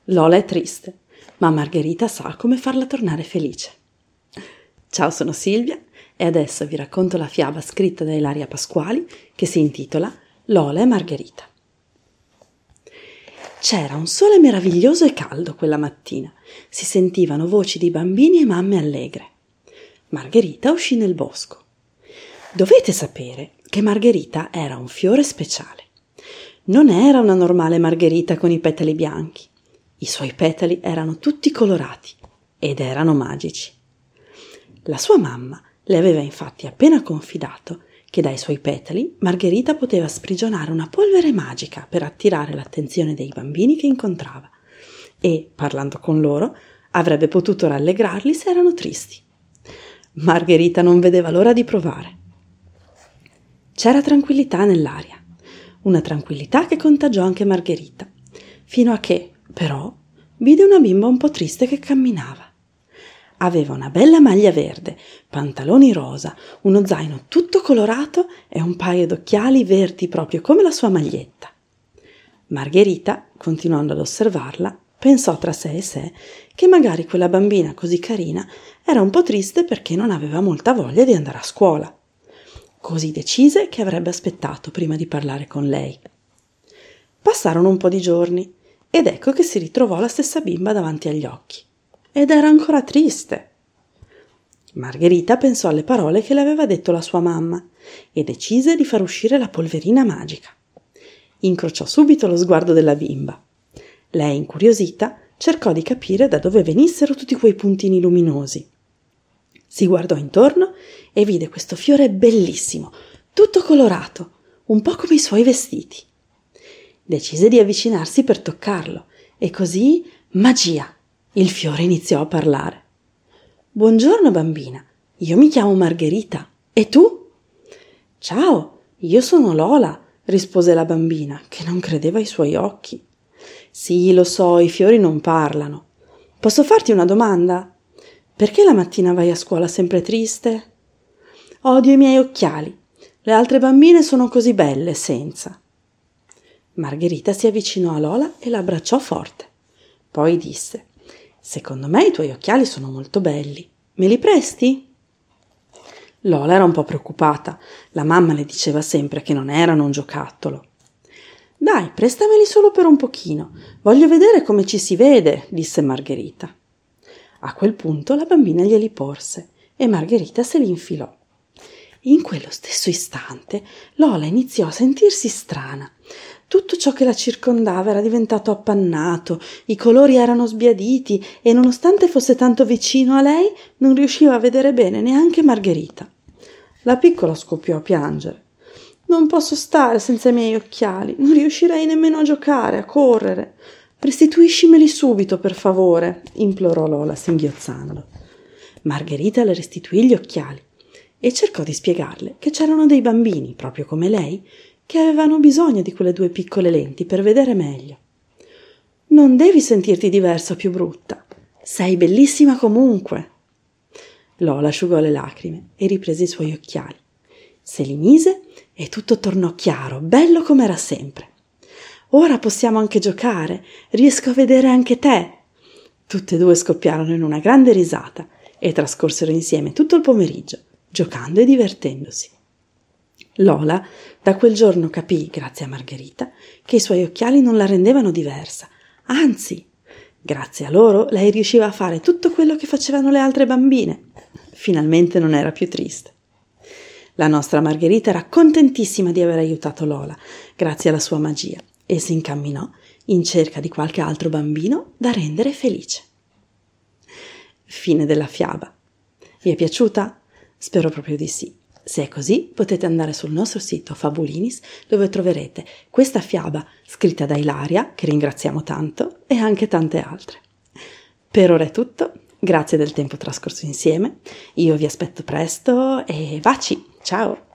Lola è triste, ma Margherita sa come farla tornare felice. Ciao, sono Silvia e adesso vi racconto la fiaba scritta da Ilaria Pasquali che si intitola Lola e Margherita. C'era un sole meraviglioso e caldo quella mattina. Si sentivano voci di bambini e mamme allegre. Margherita uscì nel bosco. Dovete sapere che Margherita era un fiore speciale. Non era una normale margherita con i petali bianchi. I suoi petali erano tutti colorati ed erano magici. La sua mamma le aveva infatti appena confidato che dai suoi petali Margherita poteva sprigionare una polvere magica per attirare l'attenzione dei bambini che incontrava e, parlando con loro, avrebbe potuto rallegrarli se erano tristi. Margherita non vedeva l'ora di provare. C'era tranquillità nell'aria, una tranquillità che contagiò anche Margherita, fino a che, però, vide una bimba un po' triste che camminava. Aveva una bella maglia verde, pantaloni rosa, uno zaino tutto colorato e un paio d'occhiali verdi proprio come la sua maglietta. Margherita, continuando ad osservarla, pensò tra sé e sé che magari quella bambina così carina era un po' triste perché non aveva molta voglia di andare a scuola. Così decise che avrebbe aspettato prima di parlare con lei. Passarono un po' di giorni ed ecco che si ritrovò la stessa bimba davanti agli occhi. Ed era ancora triste. Margherita pensò alle parole che le aveva detto la sua mamma e decise di far uscire la polverina magica. Incrociò subito lo sguardo della bimba. Lei, incuriosita, cercò di capire da dove venissero tutti quei puntini luminosi. Si guardò intorno e vide questo fiore bellissimo, tutto colorato, un po' come i suoi vestiti. Decise di avvicinarsi per toccarlo e così, magia! Il fiore iniziò a parlare. «Buongiorno bambina, io mi chiamo Margherita. E tu?» «Ciao, io sono Lola», rispose la bambina, che non credeva ai suoi occhi. «Sì, lo so, i fiori non parlano. Posso farti una domanda? Perché la mattina vai a scuola sempre triste?» «Odio i miei occhiali. Le altre bambine sono così belle senza». Margherita si avvicinò a Lola e la abbracciò forte. Poi disse: «Secondo me i tuoi occhiali sono molto belli. Me li presti?» Lola era un po' preoccupata. La mamma le diceva sempre che non erano un giocattolo. «Dai, prestameli solo per un pochino. Voglio vedere come ci si vede», disse Margherita. A quel punto la bambina glieli porse e Margherita se li infilò. In quello stesso istante Lola iniziò a sentirsi strana. Tutto ciò che la circondava era diventato appannato, i colori erano sbiaditi e nonostante fosse tanto vicino a lei non riusciva a vedere bene neanche Margherita. La piccola scoppiò a piangere. «Non posso stare senza i miei occhiali, non riuscirei nemmeno a giocare, a correre. Restituiscimeli subito, per favore», implorò Lola singhiozzando. Margherita le restituì gli occhiali e cercò di spiegarle che c'erano dei bambini, proprio come lei, che avevano bisogno di quelle 2 piccole lenti per vedere meglio. «Non devi sentirti diversa o più brutta. Sei bellissima comunque». Lola asciugò le lacrime e riprese i suoi occhiali. Se li mise e tutto tornò chiaro, bello come era sempre. «Ora possiamo anche giocare. Riesco a vedere anche te». Tutte e 2 scoppiarono in una grande risata e trascorsero insieme tutto il pomeriggio, giocando e divertendosi. Lola da quel giorno capì, grazie a Margherita, che i suoi occhiali non la rendevano diversa. Anzi, grazie a loro lei riusciva a fare tutto quello che facevano le altre bambine. Finalmente non era più triste. La nostra Margherita era contentissima di aver aiutato Lola, grazie alla sua magia, e si incamminò in cerca di qualche altro bambino da rendere felice. Fine della fiaba. Vi è piaciuta? Spero proprio di sì. Se è così, potete andare sul nostro sito Fabulinis, dove troverete questa fiaba scritta da Ilaria, che ringraziamo tanto, e anche tante altre. Per ora è tutto, grazie del tempo trascorso insieme, io vi aspetto presto e baci, ciao!